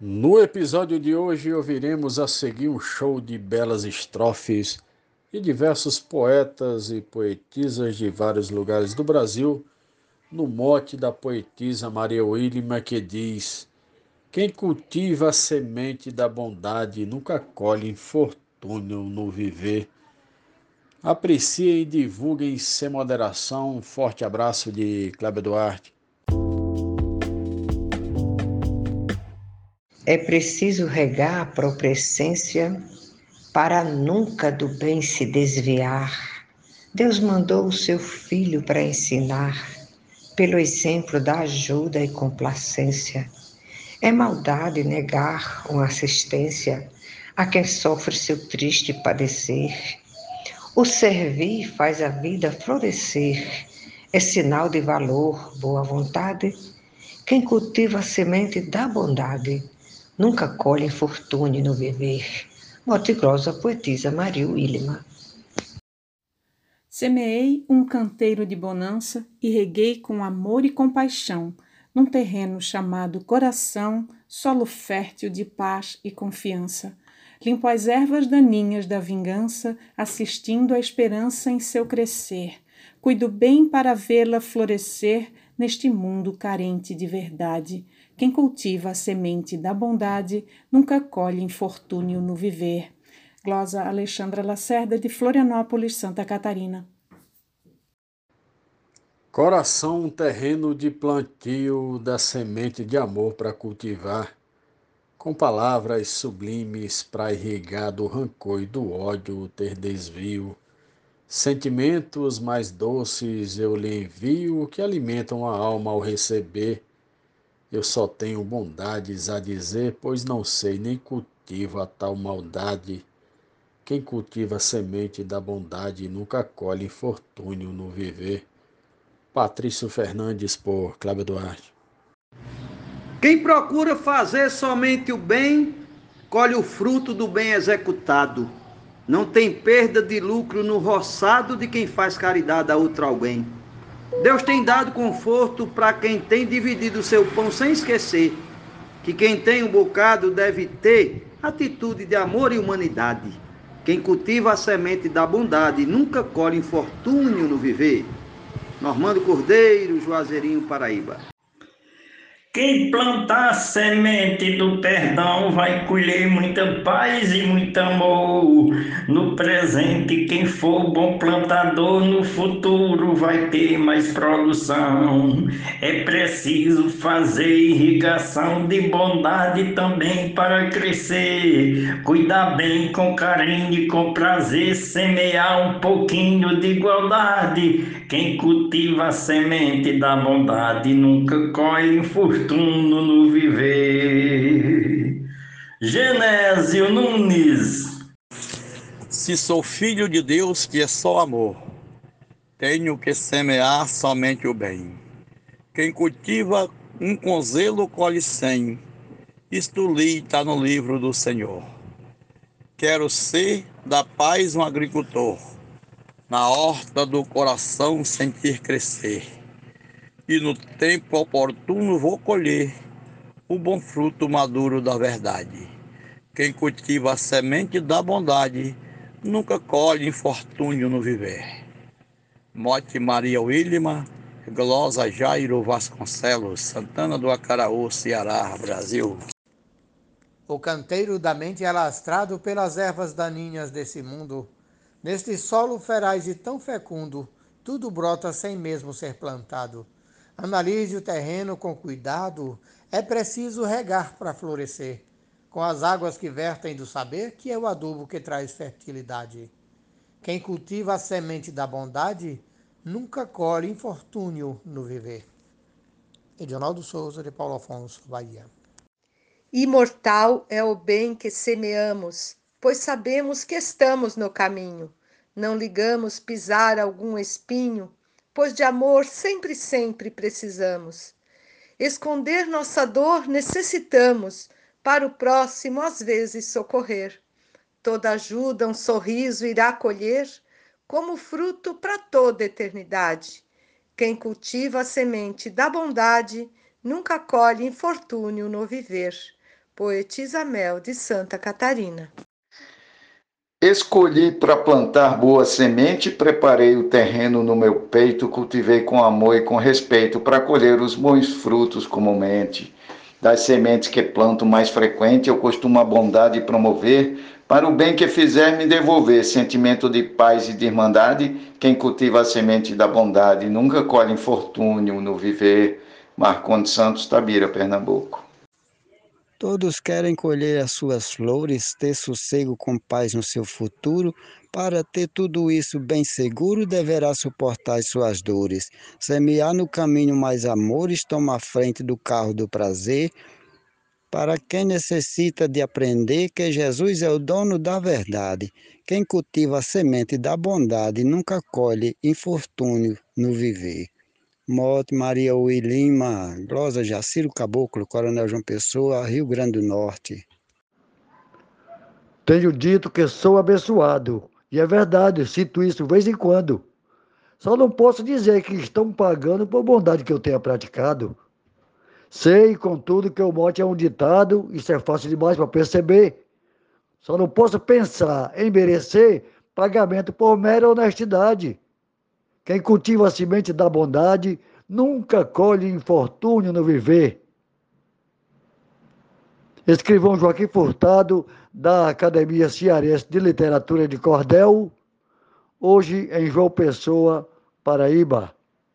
No episódio de hoje ouviremos a seguir um show de belas estrofes de diversos poetas e poetisas de vários lugares do Brasil, no mote da poetisa Maria Wilima, que diz: quem cultiva a semente da bondade nunca colhe infortúnio no viver. Apreciem e divulguem sem moderação. Um forte abraço de Cléber Duarte. É preciso regar a própria essência para nunca do bem se desviar. Deus mandou o seu Filho para ensinar, pelo exemplo da ajuda e complacência. É maldade negar uma assistência a quem sofre seu triste padecer. O servir faz a vida florescer, é sinal de valor, boa vontade. Quem cultiva a semente da bondade nunca colhe infortúnio no viver. Mote Grossa, poetisa Maria Wilima. Semeei um canteiro de bonança e reguei com amor e compaixão, num terreno chamado coração, solo fértil de paz e confiança. Limpo as ervas daninhas da vingança, assistindo a esperança em seu crescer. Cuido bem para vê-la florescer neste mundo carente de verdade. Quem cultiva a semente da bondade nunca colhe infortúnio no viver. Glosa Alexandra Lacerda, de Florianópolis, Santa Catarina. Coração, um terreno de plantio da semente de amor para cultivar, com palavras sublimes para irrigar do rancor e do ódio ter desvio. Sentimentos mais doces eu lhe envio, que alimentam a alma ao receber. Eu só tenho bondades a dizer, pois não sei nem cultivo a tal maldade. Quem cultiva a semente da bondade nunca colhe infortúnio no viver. Patrício Fernandes, por Cláudio Duarte. Quem procura fazer somente o bem, colhe o fruto do bem executado. Não tem perda de lucro no roçado de quem faz caridade a outro alguém. Deus tem dado conforto para quem tem dividido o seu pão sem esquecer que quem tem um bocado deve ter atitude de amor e humanidade. Quem cultiva a semente da bondade nunca colhe infortúnio no viver. Normando Cordeiro, Juazeirinho, Paraíba. Quem plantar a semente do perdão vai colher muita paz e muito amor. No presente, quem for bom plantador, no futuro vai ter mais produção. É preciso fazer irrigação de bondade também para crescer. Cuidar bem com carinho e com prazer, semear um pouquinho de igualdade. Quem cultiva a semente da bondade nunca colhe infortúnio no viver. Genésio Nunes. Se sou filho de Deus, que é só amor, tenho que semear somente o bem. Quem cultiva um com zelo colhe 100. Isto li está no livro do Senhor. Quero ser da paz um agricultor, na horta do coração sentir crescer. E no tempo oportuno vou colher o bom fruto maduro da verdade. Quem cultiva a semente da bondade nunca colhe infortúnio no viver. Mote Maria Wilima, Glosa Jairo Vasconcelos, Santana do Acaraú, Ceará, Brasil. O canteiro da mente é alastrado pelas ervas daninhas desse mundo. Neste solo feraz e tão fecundo, tudo brota sem mesmo ser plantado. Analise o terreno com cuidado, é preciso regar para florescer, com as águas que vertem do saber, que é o adubo que traz fertilidade. Quem cultiva a semente da bondade, nunca colhe infortúnio no viver. Edionaldo Souza, de Paulo Afonso, Bahia. Imortal é o bem que semeamos, pois sabemos que estamos no caminho. Não ligamos pisar algum espinho, pois de amor sempre, sempre precisamos. Esconder nossa dor necessitamos, para o próximo às vezes socorrer. Toda ajuda um sorriso irá colher, como fruto para toda eternidade. Quem cultiva a semente da bondade, nunca colhe infortúnio no viver. Poetisa Mel, de Santa Catarina. Escolhi para plantar boa semente, preparei o terreno no meu peito, cultivei com amor e com respeito para colher os bons frutos comumente. Das sementes que planto mais frequente, eu costumo a bondade promover, para o bem que fizer me devolver, sentimento de paz e de irmandade. Quem cultiva a semente da bondade nunca colhe infortúnio no viver. Marcondes Santos, Tabira, Pernambuco. Todos querem colher as suas flores, ter sossego com paz no seu futuro. Para ter tudo isso bem seguro, deverá suportar as suas dores. Semear no caminho mais amores, tomar frente do carro do prazer. Para quem necessita de aprender que Jesus é o dono da verdade. Quem cultiva a semente da bondade nunca colhe infortúnio no viver. Mote Maria Ui Lima, Glosa Jaciro Caboclo, Coronel João Pessoa, Rio Grande do Norte. Tenho dito que sou abençoado, e é verdade, cito isso de vez em quando. Só não posso dizer que estão pagando por bondade que eu tenha praticado. Sei, contudo, que o mote é um ditado, isso é fácil demais para perceber. Só não posso pensar em merecer pagamento por mera honestidade. Quem cultiva a semente da bondade nunca colhe infortúnio no viver. Escrivão Joaquim Furtado, da Academia Cearense de Literatura de Cordel, hoje em João Pessoa, Paraíba.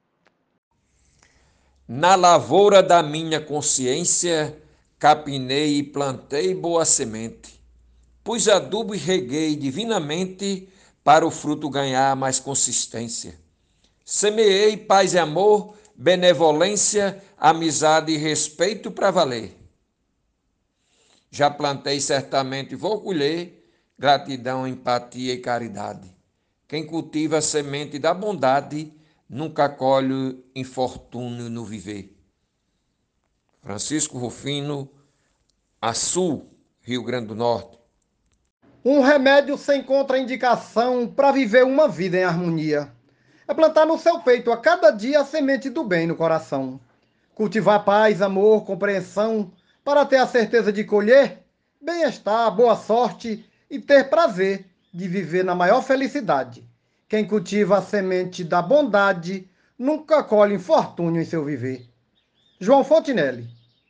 Na lavoura da minha consciência, capinei e plantei boa semente. Pus adubo e reguei divinamente para o fruto ganhar mais consistência. Semeei paz e amor, benevolência, amizade e respeito para valer. Já plantei certamente e vou colher gratidão, empatia e caridade. Quem cultiva a semente da bondade nunca colhe infortúnio no viver. Francisco Rufino, Açu, Rio Grande do Norte. Um remédio sem contraindicação para viver uma vida em harmonia é plantar no seu peito a cada dia a semente do bem no coração. Cultivar paz, amor, compreensão, para ter a certeza de colher bem-estar, boa sorte e ter prazer de viver na maior felicidade. Quem cultiva a semente da bondade nunca colhe infortúnio em seu viver. João Fontinelli.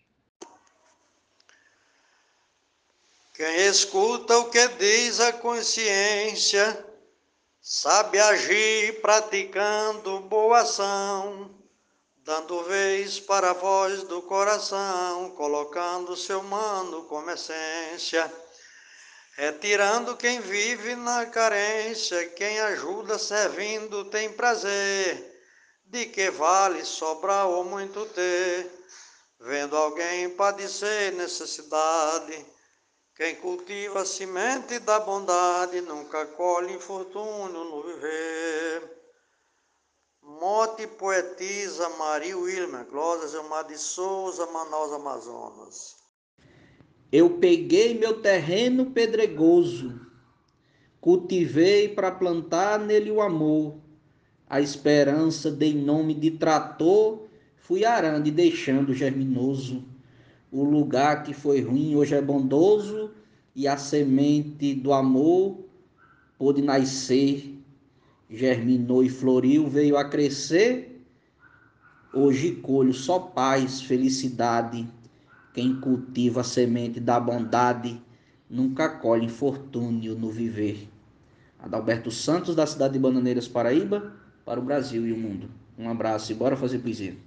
Quem escuta o que diz a consciência sabe agir praticando boa ação, dando vez para a voz do coração, colocando o ser humano como essência, retirando quem vive na carência, quem ajuda servindo tem prazer, de que vale sobrar ou muito ter, vendo alguém padecer necessidade. Quem cultiva a semente da bondade nunca colhe infortúnio no viver. Mote poetisa Maria Wilma, Glória Gilmar de Souza, Manaus, Amazonas. Eu peguei meu terreno pedregoso, cultivei para plantar nele o amor, a esperança dei nome de trator, fui arando e deixando germinoso. O lugar que foi ruim hoje é bondoso, e a semente do amor pôde nascer, germinou e floriu, veio a crescer. Hoje colho só paz, felicidade. Quem cultiva a semente da bondade nunca colhe infortúnio no viver. Adalberto Santos, da cidade de Bananeiras, Paraíba, para o Brasil e o mundo. Um abraço e bora fazer poesia.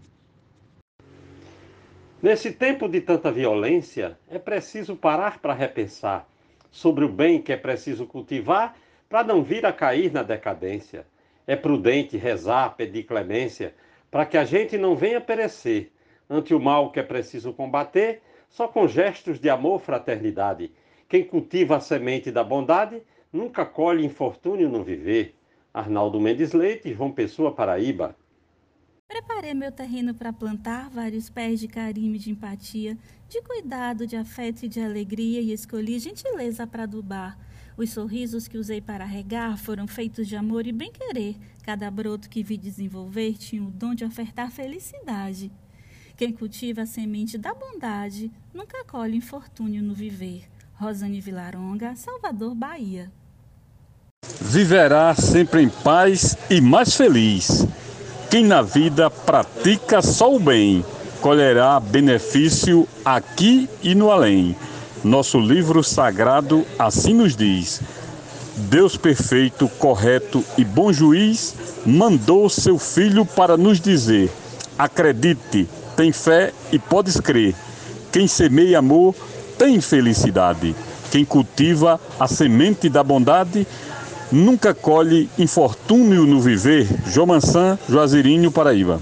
Nesse tempo de tanta violência, é preciso parar para repensar sobre o bem que é preciso cultivar para não vir a cair na decadência. É prudente rezar, pedir clemência, para que a gente não venha perecer ante o mal que é preciso combater, só com gestos de amor, fraternidade. Quem cultiva a semente da bondade nunca colhe infortúnio no viver. Arnaldo Mendes Leite, João Pessoa, Paraíba. Preparei meu terreno para plantar vários pés de carinho e de empatia, de cuidado, de afeto e de alegria, e escolhi gentileza para adubar. Os sorrisos que usei para regar foram feitos de amor e bem-querer. Cada broto que vi desenvolver tinha o dom de ofertar felicidade. Quem cultiva a semente da bondade nunca colhe infortúnio no viver. Rosane Vilaronga, Salvador, Bahia. Viverá sempre em paz e mais feliz. Quem na vida pratica só o bem, colherá benefício aqui e no além. Nosso livro sagrado assim nos diz: Deus perfeito, correto e bom juiz mandou seu Filho para nos dizer: acredite, tem fé e podes crer. Quem semeia amor tem felicidade. Quem cultiva a semente da bondade nunca colhe infortúnio no viver. Jomansan, Juazeirinho, Paraíba.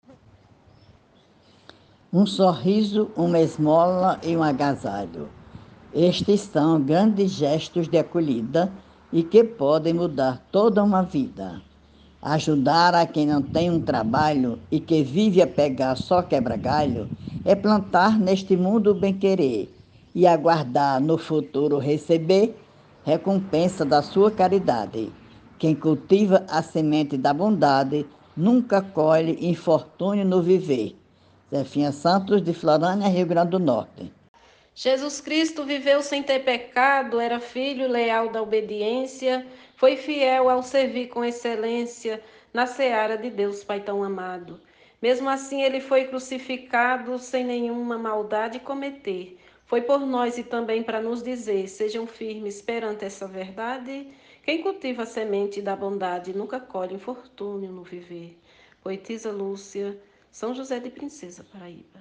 Um sorriso, uma esmola e um agasalho. Estes são grandes gestos de acolhida e que podem mudar toda uma vida. Ajudar a quem não tem um trabalho e que vive a pegar só quebra-galho é plantar neste mundo o bem-querer e aguardar no futuro receber recompensa da sua caridade. Quem cultiva a semente da bondade nunca colhe infortúnio no viver. Zefinha Santos, de Florânia, Rio Grande do Norte. Jesus Cristo viveu sem ter pecado, era filho leal da obediência, foi fiel ao servir com excelência na seara de Deus Pai tão amado. Mesmo assim, ele foi crucificado sem nenhuma maldade cometer. Foi por nós e também para nos dizer: sejam firmes perante essa verdade. Quem cultiva a semente da bondade nunca colhe infortúnio no viver. Poetisa Lúcia, São José de Princesa, Paraíba.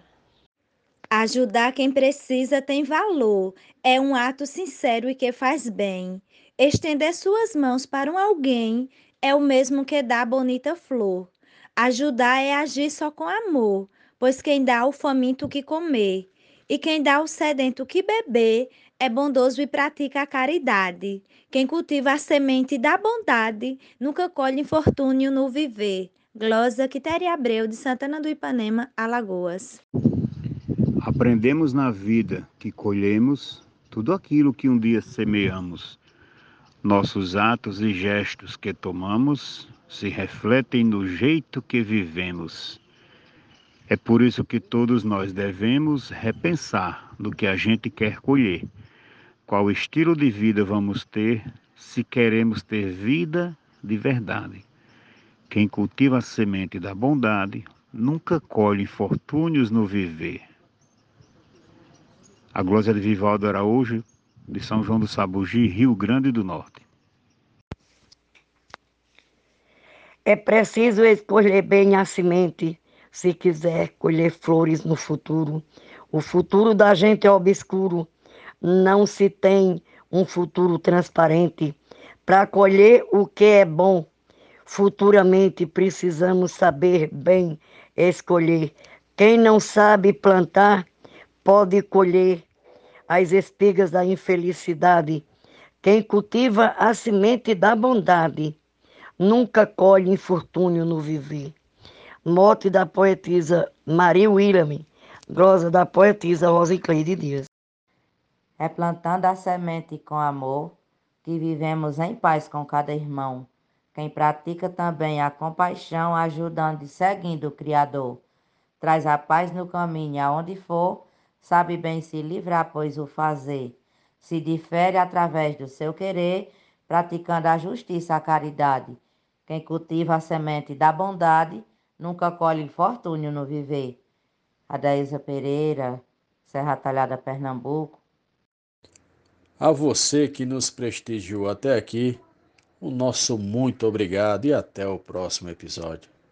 Ajudar quem precisa tem valor, é um ato sincero e que faz bem. Estender suas mãos para um alguém é o mesmo que dar bonita flor. Ajudar é agir só com amor, pois quem dá ao faminto o que comer, e quem dá ao sedento o que beber, é bondoso e pratica a caridade. Quem cultiva a semente da bondade, nunca colhe infortúnio no viver. Glosa Quitéria Abreu, de Santana do Ipanema, Alagoas. Aprendemos na vida que colhemos tudo aquilo que um dia semeamos. Nossos atos e gestos que tomamos se refletem no jeito que vivemos. É por isso que todos nós devemos repensar no que a gente quer colher. Qual estilo de vida vamos ter se queremos ter vida de verdade. Quem cultiva a semente da bondade nunca colhe infortúnios no viver. A glória de Vivaldo Araújo, de São João do Sabugi, Rio Grande do Norte. É preciso escolher bem a semente, se quiser colher flores no futuro. O futuro da gente é obscuro, não se tem um futuro transparente. Para colher o que é bom, futuramente precisamos saber bem escolher. Quem não sabe plantar, pode colher as espigas da infelicidade. Quem cultiva a semente da bondade, nunca colhe infortúnio no viver. Mote da poetisa Maria William, glosa da poetisa Rosicleide Dias. É plantando a semente com amor que vivemos em paz com cada irmão. Quem pratica também a compaixão, ajudando e seguindo o Criador. Traz a paz no caminho aonde for, sabe bem se livrar, pois o fazer se difere através do seu querer, praticando a justiça, a caridade. Quem cultiva a semente da bondade, nunca colhe infortúnio no viver. Adaísa Pereira, Serra Talhada, Pernambuco. A você que nos prestigiou até aqui, o nosso muito obrigado e até o próximo episódio.